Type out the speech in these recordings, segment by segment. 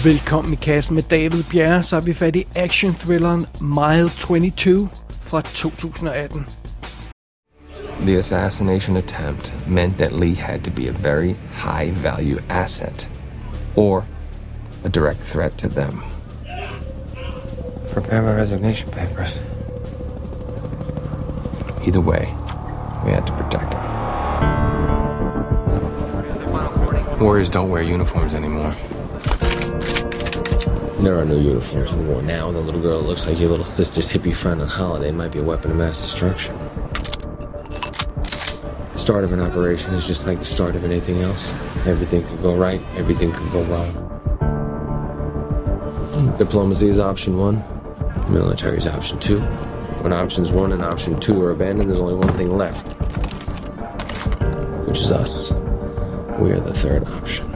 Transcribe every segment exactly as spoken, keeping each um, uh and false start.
Velkommen i kassen med David Bjerre, så er vi fat i action-thrilleren Mile tyve fra to tusind og atten. The assassination attempt meant that Lee had to be a very high-value asset, or a direct threat to them. Prepare my resignation papers. Either way, we had to protect him. Warriors don't wear uniforms anymore. There are no uniforms in the war now. The little girl that looks like your little sister's hippie friend on holiday might be a weapon of mass destruction. The start of an operation is just like the start of anything else. Everything could go right, everything could go wrong. Diplomacy is option one. Military is option two. When options one and option two are abandoned, there's only one thing left, which is us. We are the third option.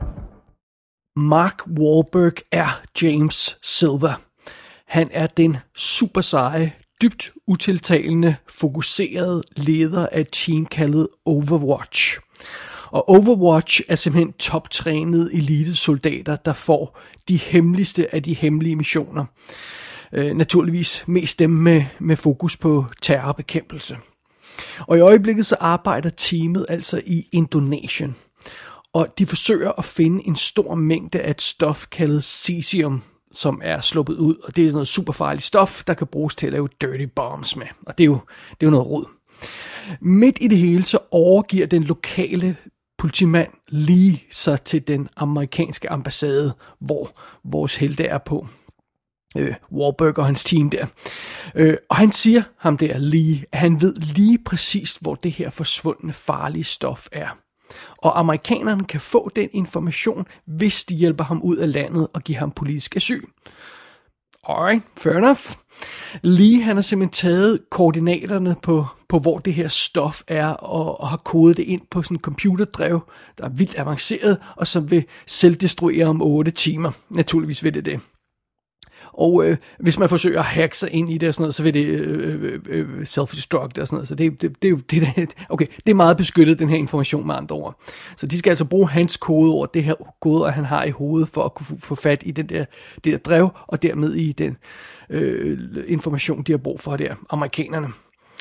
Mark Wahlberg er James Silver. Han er den super seje, dybt utiltalende, fokuserede leder af et team kaldet Overwatch. Og Overwatch er simpelthen toptrænede elitesoldater, der får de hemmeligste af de hemmelige missioner. Øh, naturligvis mest dem med, med fokus på terrorbekæmpelse. Og i øjeblikket så arbejder teamet altså i Indonesien. Og de forsøger at finde en stor mængde af et stof kaldet cesium, som er sluppet ud. Og det er noget super farligt stof, der kan bruges til at lave dirty bombs med. Og det er jo, det er jo noget rod. Midt i det hele så overgiver den lokale politimand Lee sig til den amerikanske ambassade, hvor vores helte er på. Øh, Wahlberg og hans team der. Øh, og han siger, ham der Lee, at han ved lige præcis, hvor det her forsvundne farlige stof er. Og amerikanerne kan få den information, hvis de hjælper ham ud af landet og giver ham politisk asyl. Alright, fair enough. Lee, han har simpelthen taget koordinaterne på, på hvor det her stof er, og, og har kodet det ind på sådan en computerdrev, der er vildt avanceret, og som vil selvdestruere om otte timer. Naturligvis vil det det. Og øh, hvis man forsøger at hacke sig ind i det og sådan noget, så vil det øh, øh, self-destruct og sådan noget. Så det, det, det er jo det der, okay, det er meget beskyttet, den her information med andre ord. Så de skal altså bruge hans kodeord, det her kodeord, han har i hovedet, for at kunne få fat i den der, det der drev, og dermed i den øh, information, de har brug for der, amerikanerne.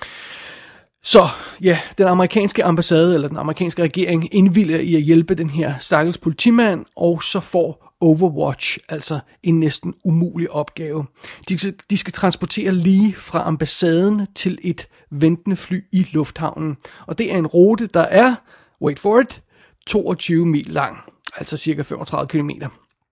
Så ja, den amerikanske ambassade, eller den amerikanske regering, indvilliger i at hjælpe den her stakkels politimand, og så får Overwatch altså en næsten umulig opgave. De skal, de skal transportere Lee fra ambassaden til et ventende fly i lufthavnen. Og det er en rute, der er, wait for it, toogtyve mil lang, altså cirka femogtredive kilometer.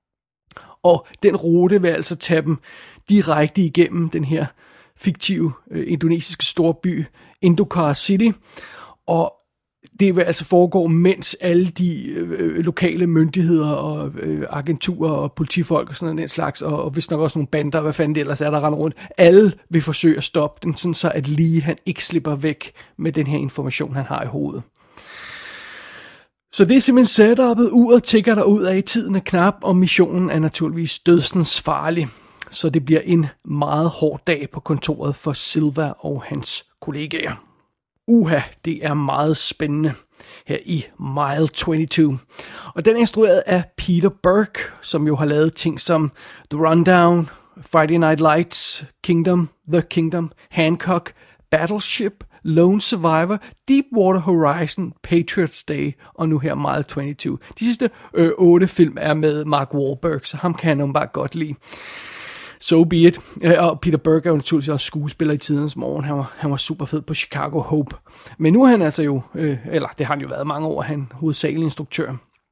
Og den rute vil altså tage dem direkte igennem den her fiktive øh, indonesiske storby Indokar City, og det vil altså foregå, mens alle de øh, lokale myndigheder og øh, agenturer og politifolk og sådan en slags, og, og vist nok også nogle bander, hvad fanden det ellers er, der render rundt, alle vil forsøge at stoppe den, sådan så at Lee, han ikke slipper væk med den her information, han har i hovedet. Så det er simpelthen setup'et, uret tigger der ud af, tiden er knap, og missionen er naturligvis dødsens farlig. Så det bliver en meget hård dag på kontoret for Silva og hans kollegaer. Uha, det er meget spændende her i Mile tyve. Og den er instrueret af Peter Burke, som jo har lavet ting som The Rundown, Friday Night Lights, Kingdom, The Kingdom, Hancock, Battleship, Lone Survivor, Deepwater Horizon, Patriots Day og nu her Mile tyve. De sidste øh, otte film er med Mark Wahlberg, så ham kan han bare godt lide. So be it. Og Peter Burke er jo naturligvis også skuespiller i tidens morgen. Han var, han var super fed på Chicago Hope. Men nu er han altså jo, øh, eller det har han jo været mange år, han er hovedsagelig instruktør.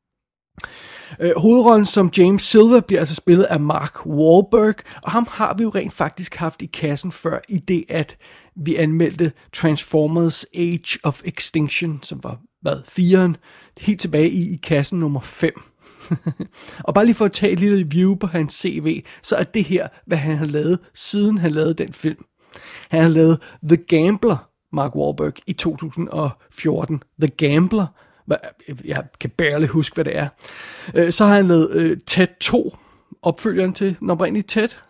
Øh, hovedrollen som James Silver bliver altså spillet af Mark Wahlberg, og ham har vi jo rent faktisk haft i kassen før, i det at vi anmeldte Transformers Age of Extinction, som var, hvad, firen, helt tilbage i, i kassen nummer fem. Og bare lige for at tage et lille review på hans C V, så er det her, hvad han har lavet, siden han lavede den film. Han har lavet The Gambler, Mark Wahlberg, i to tusind og fjorten. The Gambler, jeg kan barely huske, hvad det er. Så har han lavet Ted to, opfølgeren til den oprindelige Ted.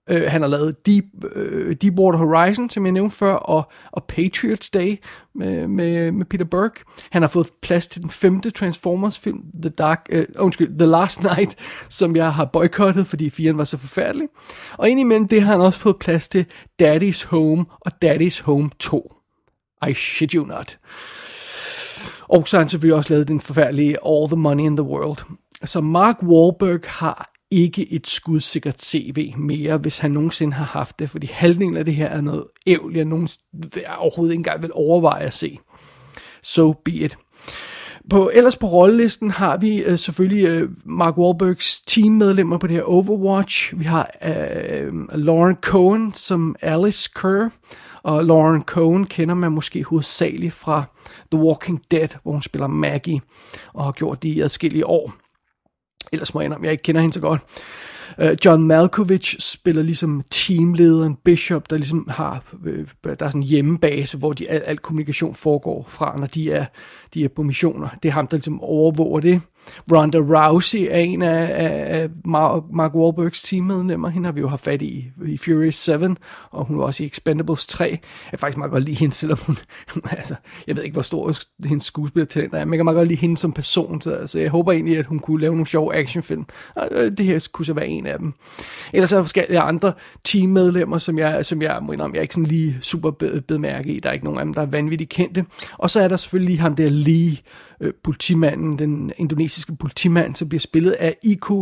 Uh, han har lavet Deep, uh, Deepwater Horizon, som jeg nævnte før, og, og Patriots Day med, med, med Peter Berg. Han har fået plads til den femte Transformers-film, The Dark, uh, undskyld, The Last Night, som jeg har boykottet, fordi firen var så forfærdelig. Og indimellem det har han også fået plads til Daddy's Home og Daddy's Home to. I shit you not. Og så har han selvfølgelig også lavet den forfærdelige All the Money in the World. Så Mark Wahlberg har ikke et skudsikkert C V mere, hvis han nogensinde har haft det, fordi halvdelen af det her er noget ævl, jeg, nogen, jeg overhovedet ikke engang vil overveje at se. So be it. På, ellers på rollelisten har vi uh, selvfølgelig uh, Mark Wahlbergs teammedlemmer på det her Overwatch. Vi har uh, Lauren Cohen som Alice Kerr, og Lauren Cohen kender man måske hovedsageligt fra The Walking Dead, hvor hun spiller Maggie, og har gjort det i adskillige år. Ellers må jeg indrømme, jeg ikke kender hende så godt. Uh, John Malkovich spiller ligesom teamlederen Bishop, der ligesom har, øh, der er sådan en hjemmebase, hvor de, al, al kommunikation foregår fra, når de er, de er på missioner. Det er ham, der ligesom overvåger det. Ronda Rousey er en af, af Mark Wahlbergs teammedlemmer. Hende har vi jo haft fat i i Furious syv, og hun var også i Expendables tre. Jeg kan faktisk meget godt lide hende, selvom hun, altså, jeg ved ikke, hvor stor hendes skuespillertalent er, men jeg kan meget godt lide hende som person, så altså, jeg håber egentlig, at hun kunne lave nogle sjove actionfilm. Og det her kunne så være en af dem. Ellers er der forskellige andre teammedlemmer, som jeg, som jeg må indrømme, jeg er ikke sådan lige super bedmærket i. Der er ikke nogen af dem, der er vanvittigt kendte. Og så er der selvfølgelig ham der Lee, politimanden, den indonesiske politimand, som bliver spillet af Iko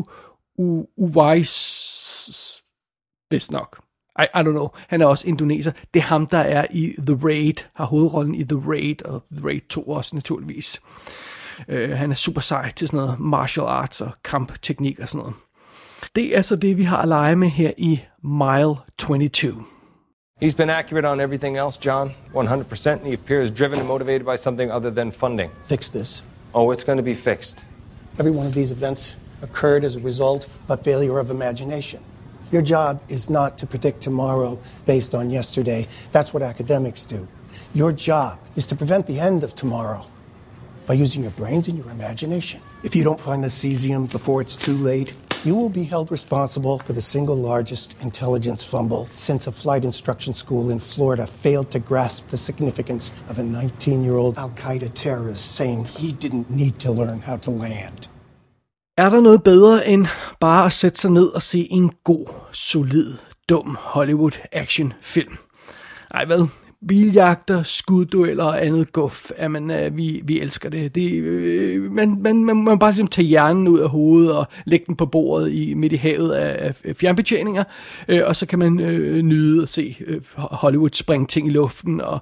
Uwais, vist nok. I, I don't know. Han er også indoneser. Det er ham, der er i The Raid, har hovedrollen i The Raid, og The Raid to også naturligvis. Uh, han er super sej til sådan noget martial arts og kampteknik og sådan noget. Det er så det, vi har at lege med her i Mile tyve. He's been accurate on everything else, John, one hundred percent. He appears driven and motivated by something other than funding. Fix this. Oh, it's going to be fixed. Every one of these events occurred as a result of a failure of imagination. Your job is not to predict tomorrow based on yesterday. That's what academics do. Your job is to prevent the end of tomorrow by using your brains and your imagination. If you don't find the cesium before it's too late, you will be held responsible for the single largest intelligence fumble since a flight instruction school in Florida failed to grasp the significance of a nineteen-year-old Al-Qaeda terrorist saying he didn't need to learn how to land. Er der noget bedre end bare at sætte sig ned og se en god, solid, dum Hollywood actionfilm? Ej vel, biljagter, skuddueller og andet guf, jamen, øh, vi, vi elsker det. det øh, man, man, man må bare ligesom tage hjernen ud af hovedet og lægge den på bordet i, midt i havet af, af fjernbetjeninger, øh, og så kan man øh, nyde at se øh, Hollywood springe ting i luften og,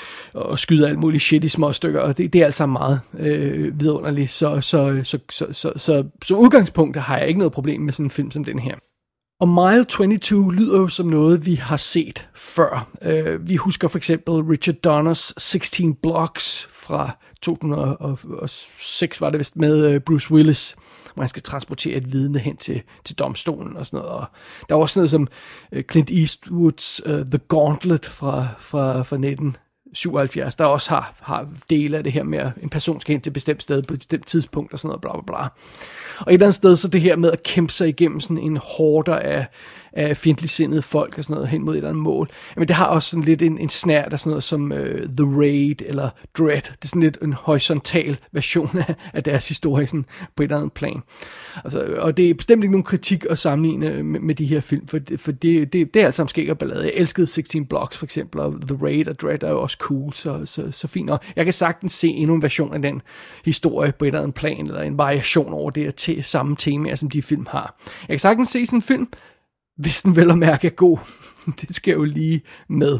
og skyde alt muligt shit i små stykker, og det, det er altså meget øh, vidunderligt. Så, så, så, så, så, så, så udgangspunkt har jeg ikke noget problem med sådan en film som den her. Og Mile tyve lyder jo som noget, vi har set før. Uh, vi husker for eksempel Richard Donners seksten Blocks fra to tusind og seks, var det vist, med uh, Bruce Willis, hvor han skal transportere et vidne hen til, til domstolen og sådan noget. Og der var også noget som uh, Clint Eastwoods uh, The Gauntlet fra, fra, fra nitten syvoghalvfjerds, der også har, har dele af det her med, at en person skal hen til et bestemt sted på et bestemt tidspunkt og sådan noget, bla bla bla. Og et eller andet sted, så det her med at kæmpe sig igennem sådan en horder af, af fjendtligsindede folk og sådan noget hen mod et eller andet mål. Men det har også sådan lidt en, en snært af sådan noget som uh, The Raid eller Dread. Det er sådan lidt en horisontal version af, af deres historie sådan på et eller andet plan. Altså, og det er bestemt ikke nogen kritik at sammenligne med, med de her film, for, for det, det, det er alt sammen skæg og ballade. Jeg elskede seksten Blocks for eksempel, og The Raid og Dread er jo også cool, så, så, så fint. Og jeg kan sagtens se endnu en version af den historie på et eller andet plan, eller en variation over det til samme temaer, som de film har. Jeg kan sagtens se sådan en film, hvis den vel at mærke er god. Det skal jo lige med.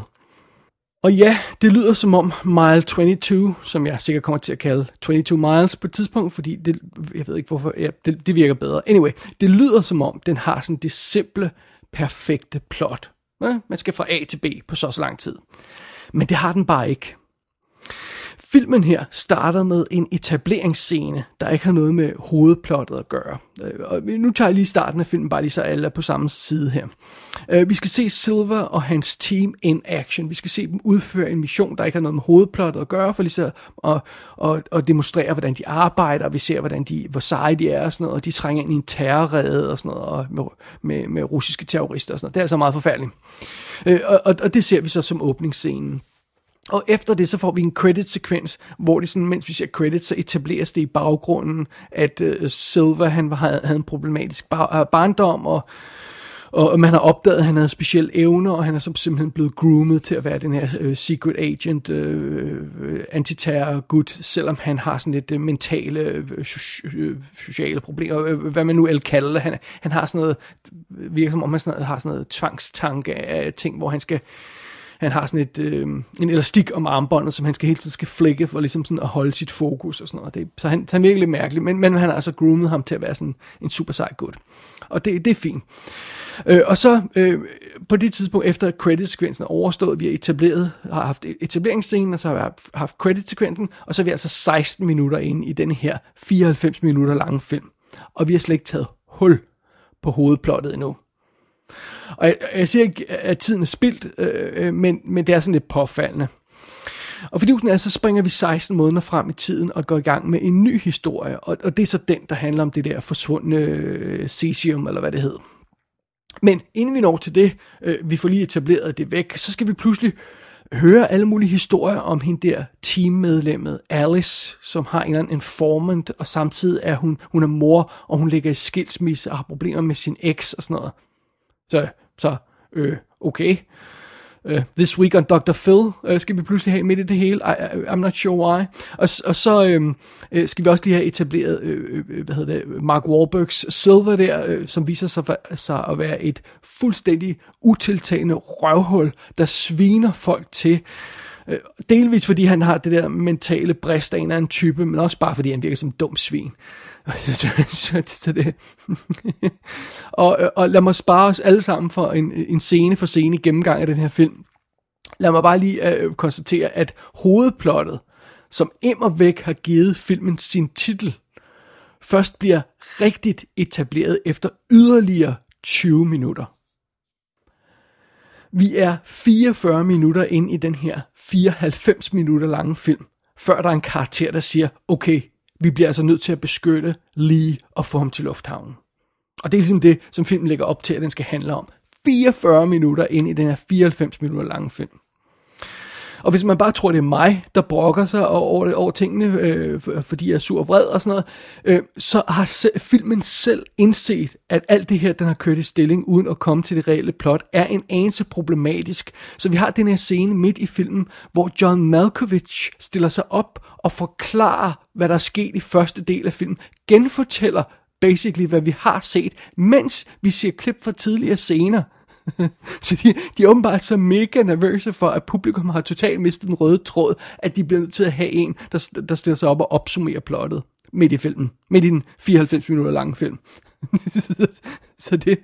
Og ja, det lyder som om Mile tyve, som jeg sikkert kommer til at kalde tyve Miles på et tidspunkt, fordi det, jeg ved ikke hvorfor, ja, det, det virker bedre. Anyway, det lyder som om, den har sådan det simple, perfekte plot. Ja, man skal fra A til B på så så lang tid. Men det har den bare ikke. Filmen her starter med en etableringsscene, der ikke har noget med hovedplottet at gøre. Og nu tager jeg lige starten af filmen, bare lige så alle er på samme side her. Vi skal se Silver og hans team in action. Vi skal se dem udføre en mission, der ikke har noget med hovedplottet at gøre, for lige så at, at, at demonstrere, hvordan de arbejder, og vi ser, hvordan de, hvor seje de er og sådan noget, og de trænger ind i en terrorrede og sådan noget, og med, med, med russiske terrorister og sådan noget. Det er altså meget forfærdeligt. Og, og, og det ser vi så som åbningsscenen. Og efter det, så får vi en credit-sekvens, hvor det sådan, mens vi ser credits, så etableres det i baggrunden, at uh, Silver, han var, havde, havde en problematisk bar, barndom, og, og man har opdaget, at han havde specielle evner, og han er så simpelthen blevet groomet til at være den her uh, secret agent, uh, antiterror-gut, selvom han har sådan lidt uh, mentale, uh, sociale problemer, uh, hvad man nu el kalder det. Han, han har sådan noget, virker som om han sådan noget, har sådan noget tvangstanke af ting, hvor han skal... Han har sådan et, øh, en elastik om armbåndet, som han skal hele tiden skal flække for ligesom sådan at holde sit fokus og sådan noget. Det, så han, han er virkelig mærkelig, men, men han har altså groomet ham til at være sådan en super sej gut. Og det, det er fint. Øh, og så øh, på det tidspunkt, efter credit-sekvensen er overstået, vi har etableret, har haft etableringsscenen, og så har vi haft credit-sekvensen, og så er vi altså seksten minutter inde i den her fireoghalvfems minutter lange film. Og vi har slet ikke taget hul på hovedplottet endnu. Og jeg, jeg siger ikke, at tiden er spildt, øh, men, men det er sådan lidt påfaldende. Og fordi den er, så springer vi seksten måneder frem i tiden og går i gang med en ny historie. Og, og det er så den, der handler om det der forsvundne øh, cesium, eller hvad det hedder. Men inden vi når til det, øh, vi får lige etableret det væk, så skal vi pludselig høre alle mulige historier om hende der teammedlemmet Alice, som har en eller anden informant, og samtidig er hun, hun er mor, og hun ligger i skilsmisse og har problemer med sin eks og sådan noget. Så, så øh, okay. Uh, This Week on doktor Phil uh, skal vi pludselig have midt i det hele. I, I, I'm not sure why. Og, og så øhm, øh, skal vi også lige have etableret, øh, øh, hvad hedder det, Mark Wahlbergs Silver der, øh, som viser sig, sig at være et fuldstændig utiltagende røvhul, der sviner folk til. Øh, delvis fordi han har det der mentale brist af en eller anden type, men også bare fordi han virker som en dum svin. så det. og, og lad mig spare os alle sammen for en, en scene for scene gennemgang af den her film. Lad mig bare lige øh, konstatere, at hovedplottet, som immervæk har givet filmen sin titel, først bliver rigtigt etableret efter yderligere tyve minutter. Vi er fireogfyrre minutter inde i den her fireoghalvfems minutter lange film, før der er en karakter, der siger, okay, vi bliver altså nødt til at beskytte Lee og få ham til lufthavnen. Og det er ligesom det, som filmen lægger op til, at den skal handle om. fireogfyrre minutter ind i den her fireoghalvfems minutter lange film. Og hvis man bare tror, det er mig, der brokker sig over, over tingene, øh, fordi jeg er sur og vred og sådan noget, øh, så har se, filmen selv indset, at alt det her, den har kørt i stilling, uden at komme til det reelle plot, er en anelse problematisk. Så vi har den her scene midt i filmen, hvor John Malkovich stiller sig op og forklarer, hvad der er sket i første del af filmen, genfortæller basically, hvad vi har set, mens vi ser klip fra tidligere scener. Så de, de er åbenbart så mega nervøse for, at publikum har totalt mistet den røde tråd, at de bliver nødt til at have en, der, der stiller sig op og opsummerer plottet midt i filmen. Midt i den fireoghalvfems minutter lange film. Så det...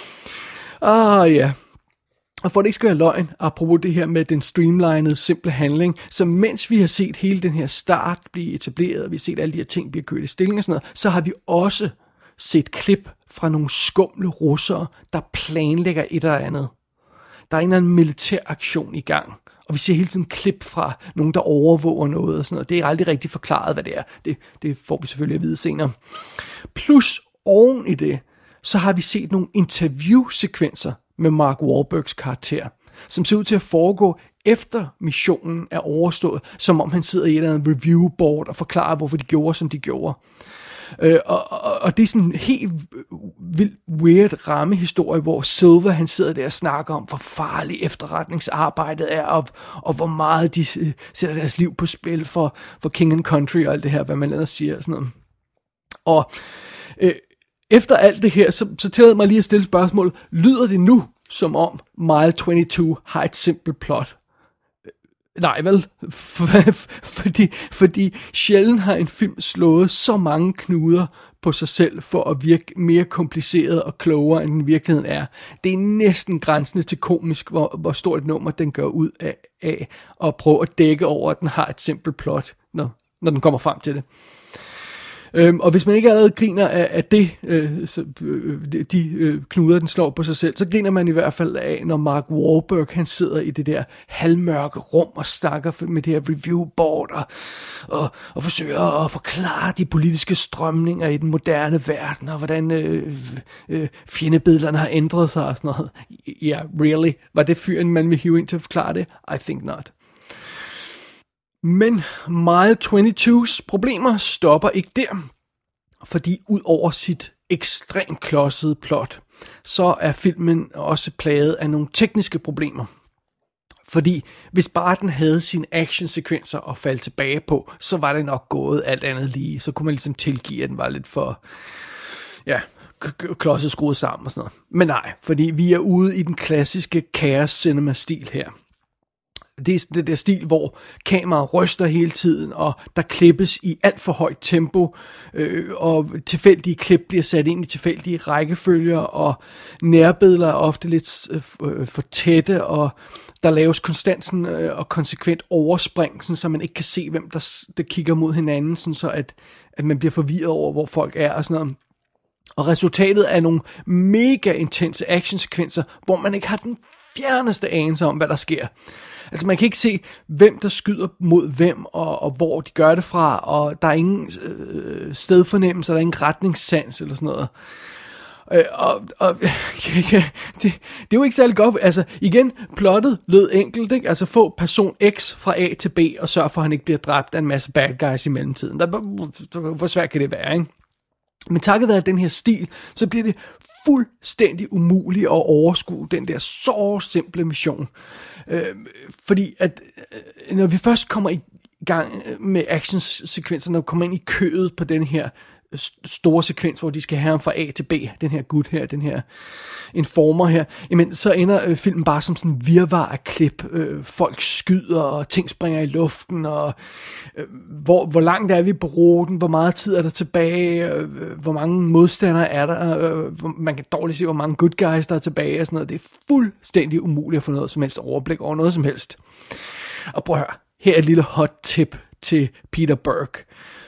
Ah ja... Og for det ikke skal være løgn, apropos det her med den streamlinede, simple handling, så mens vi har set hele den her start blive etableret, og vi har set alle de her ting blive kørt i stilling og sådan noget, så har vi også set klip fra nogle skumle russere, der planlægger et eller andet. Der er en eller anden militær aktion i gang, og vi ser hele tiden klip fra nogen, der overvåger noget og sådan noget. Det er aldrig rigtig forklaret, hvad det er. Det, det får vi selvfølgelig at vide senere. Plus oven i det, så har vi set nogle interviewsekvenser med Mark Wahlbergs karakter, som ser ud til at foregå efter missionen er overstået, som om han sidder i et eller andet review board og forklarer, hvorfor de gjorde, som de gjorde. Øh, og, og, og det er sådan en helt vildt weird rammehistorie, hvor Silver han sidder der og snakker om, hvor farligt efterretningsarbejdet er, og, og hvor meget de sætter deres liv på spil for, for King and Country og alt det her, hvad man ellers siger. Sådan noget. Og øh, efter alt det her, så, så tillader mig lige at stille spørgsmål. Lyder det nu, som om Mile toogtyve har et simpelt plot? Nej, vel? fordi, fordi sjældent har en film slået så mange knuder på sig selv for at virke mere kompliceret og klogere, end den virkeligheden er. Det er næsten grænsende til komisk, hvor, hvor stort et nummer den gør ud af, af at prøve at dække over, at den har et simpelt plot, når, når den kommer frem til det. Øhm, og hvis man ikke allerede griner af, af det, øh, så, øh, de øh, knuder, den slår på sig selv, så griner man i hvert fald af, når Mark Wahlberg, han sidder i det der halvmørke rum og snakker med det her reviewboard og, og, og forsøger at forklare de politiske strømninger i den moderne verden, og hvordan øh, øh, fjendebillederne har ændret sig og sådan noget. Ja, yeah, really? Var det fyren, man vil hive ind til at forklare det? I think not. Men Mile toogtyves problemer stopper ikke der, fordi ud over sit ekstremt klodsede plot, så er filmen også plaget af nogle tekniske problemer. Fordi hvis bare den havde sine actionsekvenser at falde tilbage på, så var det nok gået alt andet lige. Så kunne man ligesom tilgive, at den var lidt for, ja, klodset skruet sammen og sådan noget. Men nej, fordi vi er ude i den klassiske chaos cinema stil her. Det er det der stil, hvor kameraet ryster hele tiden, og der klippes i alt for højt tempo, øh, og tilfældige klip bliver sat ind i tilfældige rækkefølger, og nærbilleder er ofte lidt øh, for tætte, og der laves konstant sådan, øh, og konsekvent overspring, sådan, så man ikke kan se, hvem der, der kigger mod hinanden, sådan, så at, at man bliver forvirret over, hvor folk er og sådan noget. Og resultatet er nogle mega intense actionsekvenser, hvor man ikke har den fjerneste anelse om, hvad der sker. Altså man kan ikke se, hvem der skyder mod hvem, og, og hvor de gør det fra, og der er ingen øh, stedfornemmelse, der er ingen retningssans eller sådan noget. Øh, og og ja, ja, det, det er jo ikke særlig godt. Altså igen, plottet lød enkelt, ikke? Altså få person X fra A til B, og sørge for, at han ikke bliver dræbt af en masse bad guys i mellemtiden. Der, hvor svært kan det være, ikke? Men takket være den her stil, så bliver det fuldstændig umuligt at overskue den der så simple mission. Øh, fordi at øh, når vi først kommer i gang med actionsekvenser, når vi kommer ind i kødet på den her store sekvens, hvor de skal have ham fra A til B, den her gut her, den her informer her, jamen så ender øh, filmen bare som sådan en virvar af klip. Øh, folk skyder, og ting springer i luften, og øh, hvor, hvor langt er vi på ruten, hvor meget tid er der tilbage, øh, hvor mange modstandere er der, øh, man kan dårligt se, hvor mange good guys der er tilbage, og sådan noget. Det er fuldstændig umuligt at få noget som helst overblik over noget som helst. Og prøv at høre, her er et lille hot tip til Peter Berg.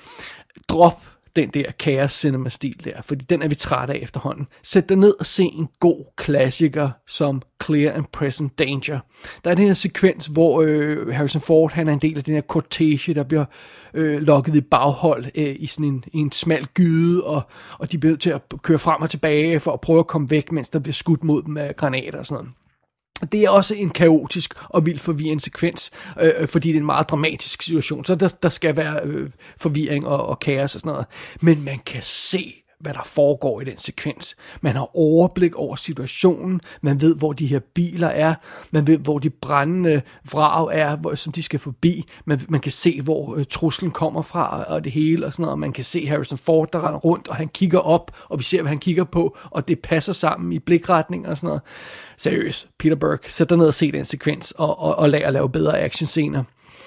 Drop den der chaos cinema stil der, fordi den er vi trætte af efterhånden. Sæt dig ned og se en god klassiker som Clear and Present Danger. Der er den her sekvens, hvor øh, Harrison Ford, han er en del af den her cortege, der bliver øh, lokket i baghold øh, i sådan en, i en smal gyde, og, og de bliver nødt til at køre frem og tilbage for at prøve at komme væk, mens der bliver skudt mod dem af granater og sådan noget. Det er også en kaotisk og vild forvirrende sekvens, øh, fordi det er en meget dramatisk situation, så der, der skal være øh, forvirring og, og kaos og sådan noget. Men man kan se, hvad der foregår i den sekvens. Man har overblik over situationen, man ved, hvor de her biler er, man ved, hvor de brændende vrag er, hvor, som de skal forbi, man, man kan se, hvor øh, truslen kommer fra og det hele og sådan noget, og man kan se Harrison Ford, der render rundt, og han kigger op, og vi ser, hvad han kigger på, og det passer sammen i blikretning og sådan noget. Seriøst, Peter Berg, sæt dig ned og se den sekvens, og, og, og lad at lave bedre actionscener.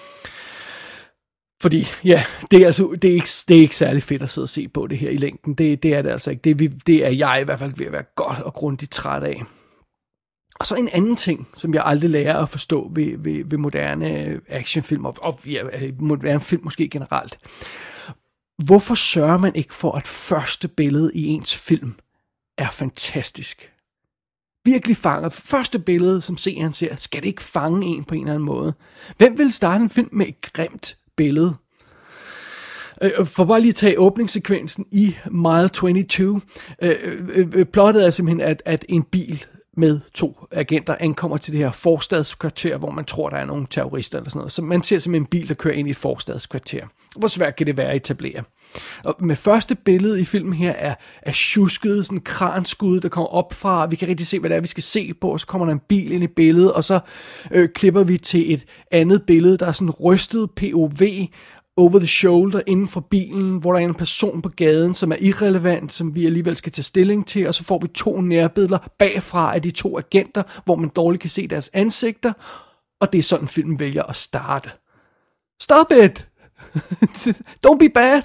Fordi, ja, det er, altså, det, er ikke, det er ikke særlig fedt at sidde og se på det her i længden. Det, det er det altså ikke. Det, det er jeg i hvert fald ved at være godt og grundigt træt af. Og så en anden ting, som jeg aldrig lærer at forstå ved, ved, ved moderne actionfilm, og, og ja, moderne film måske generelt. Hvorfor sørger man ikke for, at første billede i ens film er fantastisk? Virkelig fanger. Første billede, som seeren ser, skal det ikke fange en på en eller anden måde? Hvem vil starte en film med et grimt billede? For bare lige at tage åbningssekvensen i Mile toogtyve. Plottet er simpelthen, at, at en bil med to agenter ankommer til det her forstadskvarter, hvor man tror, der er nogle terrorister eller sådan noget. Så man ser simpelthen en bil, der kører ind i et forstadskvarter. Hvor svært kan det være at etablere? Og med første billede i filmen her er, er tjusket, sådan en kranskud, der kommer op fra, vi kan rigtig se, hvad det er, vi skal se på, og så kommer der en bil ind i billedet, og så øh, klipper vi til et andet billede, der er sådan rystet P O V, over the shoulder inden for bilen, hvor der er en person på gaden, som er irrelevant, som vi alligevel skal tage stilling til, og så får vi to nærbilleder bagfra af de to agenter, hvor man dårligt kan se deres ansigter, og det er sådan filmen vælger at starte. Stop it! Don't be bad.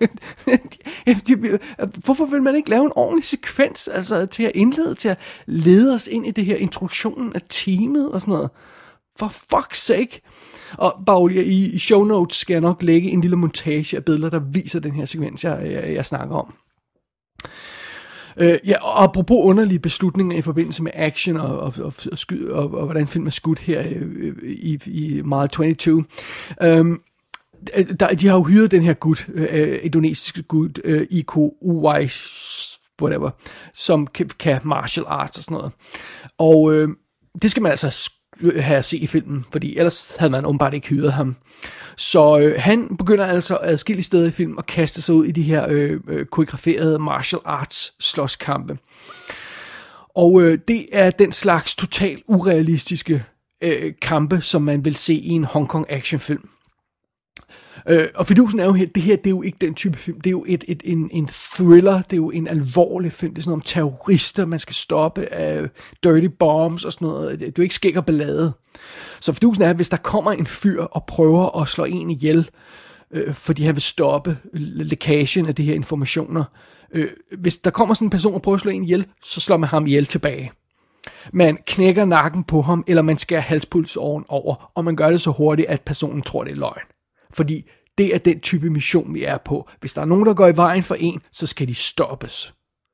Hvorfor vil man ikke lave en ordentlig sekvens, altså til at indlede, til at lede os ind i det her introduktionen af teamet og sådan noget? For fuck's sake. Og bare i, i show notes skal jeg nok lægge en lille montage af billeder, der viser den her sekvens, jeg, jeg, jeg snakker om. Uh, ja, og apropos underlige beslutninger i forbindelse med action og, og, og, og, sky, og, og hvordan film er skudt her uh, i, i Mile toogtyve. Um, der, de har jo hyret den her gut, uh, indonesiske gut, uh, Iko Uwais, whatever, som kan, kan martial arts og sådan noget. Og uh, det skal man altså have at se i filmen, fordi ellers havde man åbenbart ikke hyret ham. Så øh, han begynder altså adskillige steder i filmen at kaste sig ud i de her øh, øh, koreograferede martial arts slåskampe. Og øh, det er den slags totalt urealistiske øh, kampe, som man vil se i en Hong Kong actionfilm. Øh, og fidusen er jo her, det her det er jo ikke den type film, det er jo et, et, en, en thriller, det er jo en alvorlig film, det er sådan noget om terrorister, man skal stoppe af dirty bombs og sådan noget, det er jo ikke skæg og ballade. Så fidusen er, at hvis der kommer en fyr og prøver at slå en ihjel, øh, fordi han vil stoppe lækagen af de her informationer, øh, hvis der kommer sådan en person og prøver at slå en ihjel, så slår man ham ihjel tilbage. Man knækker nakken på ham, eller man skærer halspulsåren over, og man gør det så hurtigt, at personen tror, det er løgn. Fordi det er den type mission, vi er på. Hvis der er nogen, der går i vejen for en, så skal de stoppes.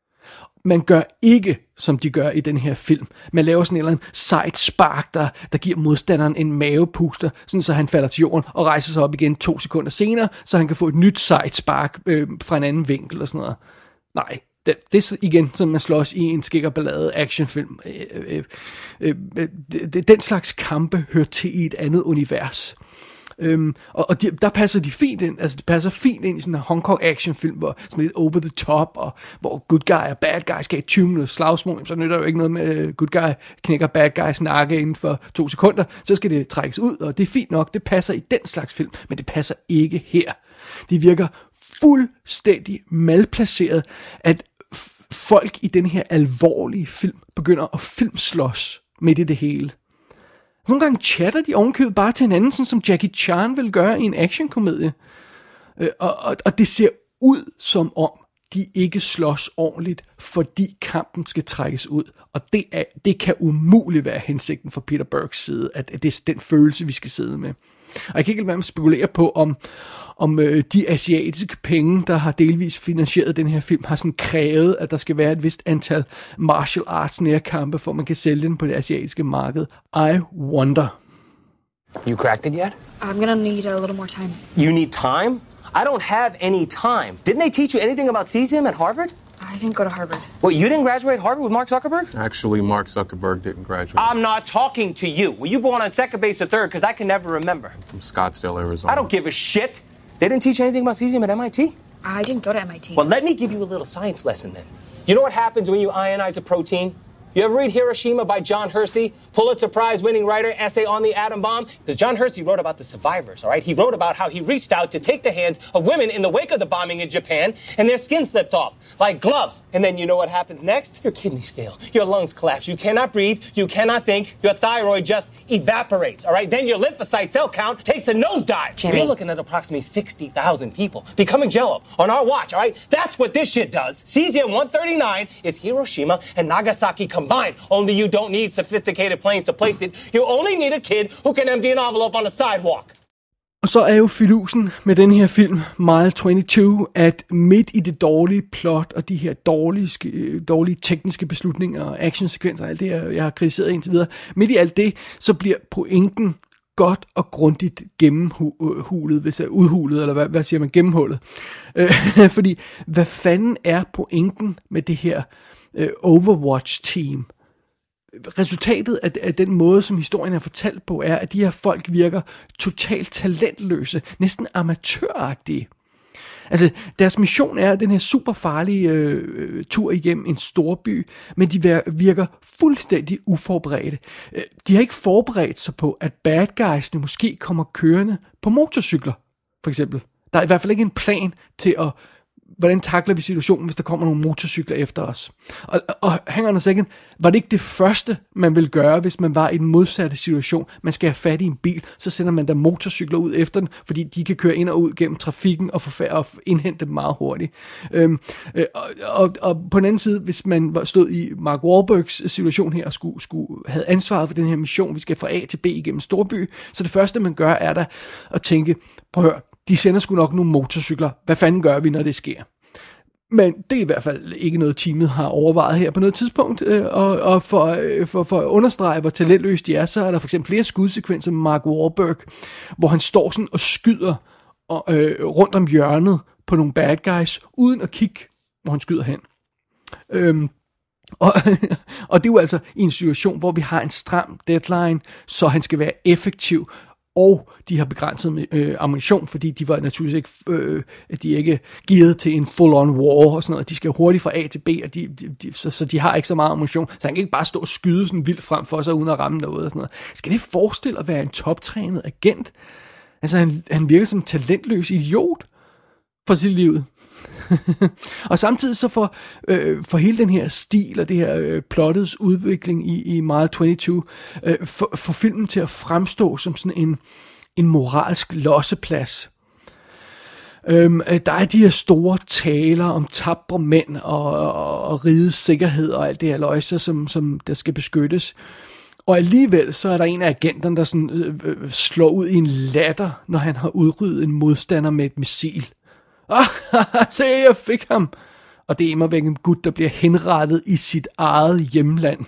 Man gør ikke, som de gør i den her film. Man laver sådan en eller anden sejt spark, der, der giver modstanderen en mavepuster, sådan så han falder til jorden og rejser sig op igen to sekunder senere, så han kan få et nyt sejt spark øh, fra en anden vinkel og sådan noget. Nej, det, det er igen, som man slås i en skik og ballade actionfilm. Øh, øh, øh, øh, den slags kampe hører til i et andet univers. Øhm, og og de, der passer de fint ind, altså de passer fint ind i sådan en Hong Kong actionfilm, hvor sådan lidt over the top, og hvor good guy og bad guy skal have tyve minutter slagsmål, så nytter jo ikke noget med good guy knækker bad guys nakke inden for to sekunder, så skal det trækkes ud, og det er fint nok, det passer i den slags film, men det passer ikke her. Det virker fuldstændig malplaceret, at f- folk i den her alvorlige film begynder at filmslås midt i det hele. Nogle gange chatter de ovenkøbet bare til hinanden, sådan som Jackie Chan vil gøre i en actionkomedie. Øh, og, og, og det ser ud som om, de ikke slås ordentligt, fordi kampen skal trækkes ud. Og det, er, det kan umuligt være hensigten fra Peter Bergs side, at, at det er den følelse, vi skal sidde med. Og jeg kan ikke lade være med at spekulere på, om, om øh, de asiatiske penge, der har delvis finansieret den her film, har sådan krævet, at der skal være et vist antal martial arts nærkampe, for man kan sælge den på det asiatiske marked. I wonder. You cracked it yet? I'm gonna need a little more time. You need time? I don't have any time. Didn't they teach you anything about cesium at Harvard? I didn't go to Harvard. What, you didn't graduate Harvard with Mark Zuckerberg? Actually, Mark Zuckerberg didn't graduate. I'm not talking to you. Were you born on second base or third? Because I can never remember. From Scottsdale, Arizona. I don't give a shit. They didn't teach you anything about cesium at M I T? I didn't go to M I T. Well, let me give you a little science lesson then. You know what happens when you ionize a protein? You ever read Hiroshima by John Hersey, Pulitzer Prize winning writer, essay on the atom bomb? Because John Hersey wrote about the survivors, all right? He wrote about how he reached out to take the hands of women in the wake of the bombing in Japan, and their skin slipped off, like gloves. And then you know what happens next? Your kidneys fail, your lungs collapse, you cannot breathe, you cannot think, your thyroid just evaporates, all right? Then your lymphocyte cell count takes a nosedive. Jimmy. We're looking at approximately sixty thousand people becoming jello on our watch, all right? That's what this shit does. Cesium one thirty-nine is Hiroshima and Nagasaki combined. Only you don't need sophisticated planes to place it. You only need a kid who can empty an envelope on a sidewalk. Og så er jo fidusen med den her film, Mile toogtyve, at midt i det dårlige plot og de her dårlige, dårlige tekniske beslutninger og actionsekvenser og alt det, jeg har kritiseret indtil videre, midt i alt det, så bliver pointen godt og grundigt gennemhulet, hvis jeg er udhulet, eller hvad, hvad siger man, gennemhullet. Øh, fordi, hvad fanden er pointen med det her øh, Overwatch-team? Resultatet af, af den måde, som historien er fortalt på, er, at de her folk virker totalt talentløse, næsten amatøragtige. Altså, deres mission er den her super farlige øh, tur igennem en storby, men de virker fuldstændig uforberedte. De har ikke forberedt sig på, at bad guysene måske kommer kørende på motorcykler, for eksempel. Der er i hvert fald ikke en plan til at hvordan takler vi situationen, hvis der kommer nogle motorcykler efter os? Og, og hang on a second, var det ikke det første, man ville gøre, hvis man var i den modsatte situation? Man skal have fat i en bil, så sender man der motorcykler ud efter den, fordi de kan køre ind og ud gennem trafikken og, forfærd- og indhente dem meget hurtigt. Øhm, øh, og, og, og på den anden side, hvis man stod i Mark Wahlbergs situation her, og skulle, skulle have ansvaret for den her mission, vi skal fra A til B igennem storby, så det første, man gør, er da at tænke, prøv at høre, de sender sgu nok nogle motorcykler. Hvad fanden gør vi, når det sker? Men det er i hvert fald ikke noget, teamet har overvejet her på noget tidspunkt. Og, og for, for, for at understrege, hvor talentløst de er, så er der for eksempel flere skudsekvenser med Mark Wahlberg, hvor han står sådan og skyder og, øh, rundt om hjørnet på nogle bad guys, uden at kigge, hvor han skyder hen. Øhm, og, og det er jo altså i en situation, hvor vi har en stram deadline, så han skal være effektiv, og de har begrænset øh, ammunition, fordi de var naturligvis ikke, øh, de er ikke gearet til en full-on war og sådan noget. De skal hurtigt fra A til B, og de, de, de, så, så de har ikke så meget ammunition, så han kan ikke bare stå og skyde sådan vildt frem for sig, uden at ramme noget og sådan noget. Skal det forestille at være en toptrænet agent? Altså, han, han virker som en talentløs idiot for sit liv. Og samtidig så for, øh, for hele den her stil og det her øh, plottets udvikling i, i Mile tyve, øh, for, for filmen til at fremstå som sådan en, en moralsk losseplads. Øhm, der er de her store taler om tapre mænd og, og, og rigets sikkerhed og alt det her løjser, som, som der skal beskyttes. Og alligevel så er der en af agenterne, der sådan, øh, øh, slår ud i en latter, når han har udryddet en modstander med et missil. Ah, se, jeg fik ham. Og det er immervæk en gut, der bliver henrettet i sit eget hjemland.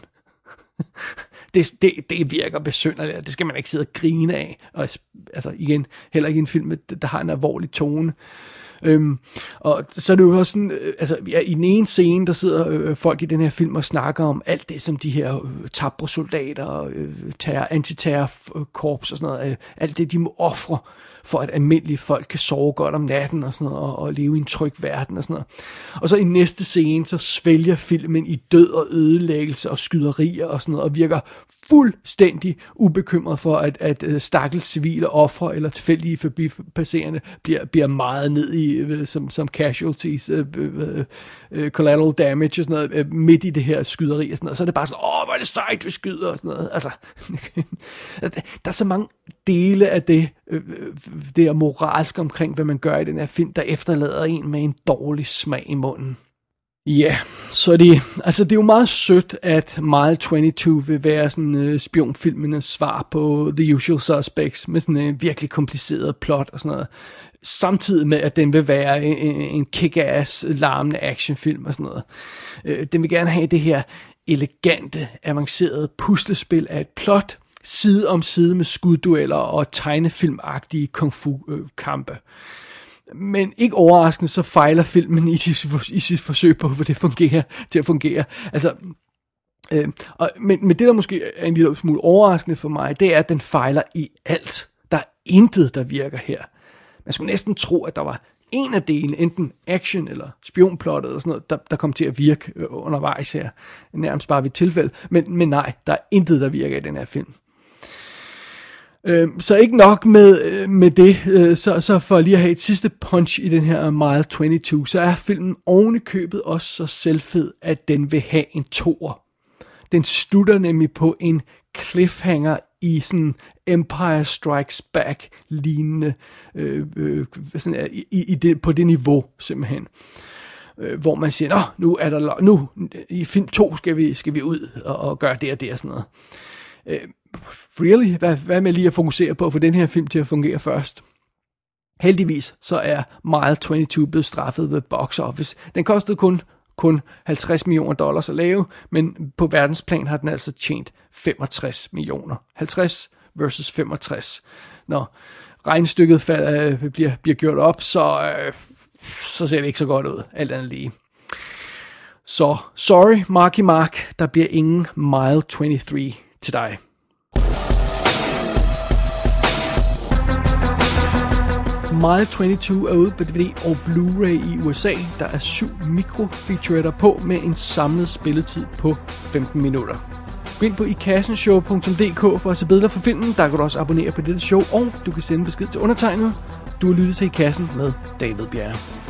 det, det, det virker besynderligt, det skal man ikke sidde og grine af. Og, altså igen, heller ikke en film, der har en alvorlig tone. Øhm, og så er det jo også sådan, øh, altså ja, i den ene scene, der sidder øh, folk i den her film og snakker om alt det, som de her øh, tapre soldater, øh, terror, antiterrorkorps og sådan noget, øh, alt det, de må ofre, for at almindelige folk kan sove godt om natten og sådan noget, og, og leve i en tryg verden og sådan noget. Og så i næste scene, så svælger filmen i død og ødelæggelse og skyderier og sådan noget, og virker fuldstændig ubekymret for, at, at, at stakkels civile ofre eller tilfældige forbipasserende bliver, bliver meget ned i, som, som casualties, uh, uh, uh, collateral damage og sådan noget, uh, midt i det her skyderi og sådan noget. Så er det bare sådan, åh, hvor er det sejt, vi skyder og sådan noget. Altså, altså der er så mange dele af det, uh, det er moralsk omkring, hvad man gør i den her film, der efterlader en med en dårlig smag i munden. Ja, så det, altså det er jo meget sødt, at Mile tyve vil være sådan uh, spionfilmenes svar på The Usual Suspects, med sådan en virkelig kompliceret plot og sådan noget. Samtidig med, at den vil være en, en kick-ass, larmende actionfilm og sådan noget. Uh, den vil gerne have det her elegante, avancerede puslespil af et plot, side om side med skuddueller og tegnefilmagtige kung fu-kampe. Men ikke overraskende, så fejler filmen i sit, i sit forsøg på, hvor det fungerer til at fungere. Altså, øh, og, men, men det, der måske er en lille smule overraskende for mig, det er, at den fejler i alt. Der er intet, der virker her. Man skulle næsten tro, at der var en af delene, enten action eller spionplottet eller sådan noget, der, der kom til at virke undervejs her. Nærmest bare ved et tilfælde. Men, men nej, der er intet, der virker i den her film. Så ikke nok med, med det, så, så for lige at have et sidste punch i den her Mile tyve, så er filmen oven i købet også så selvfed, at den vil have en toer. Den slutter nemlig på en cliffhanger i sådan Empire Strikes Back lignende, øh, øh, sådan, i, i det, på det niveau simpelthen. Øh, hvor man siger, nå, nu er der, nu i film to skal vi, skal vi ud og, og gøre det og det og sådan noget. Øh, Really? Hvad, hvad med lige at fokusere på at få den her film til at fungere først? Heldigvis så er Mile tyve blevet straffet ved box office. Den kostede kun, kun halvtreds millioner dollars at lave, men på verdensplan har den altså tjent femogtres millioner. halvtreds versus femogtres. Når regnestykket falder, bliver, bliver gjort op, så, øh, så ser det ikke så godt ud, alt andet lige. Så sorry, Marky Mark, der bliver ingen Mile tyve til dig. Mile tyve er ude på D V D og Blu-ray i U S A. Der er syv mikrofeaturetter på med en samlet spilletid på femten minutter. Gå ind på i kassen show punktum d k for at se billeder for filmen. Der kan du også abonnere på dette show, og du kan sende besked til undertegnet. Du har lyttet til I Kassen med David Bjerre.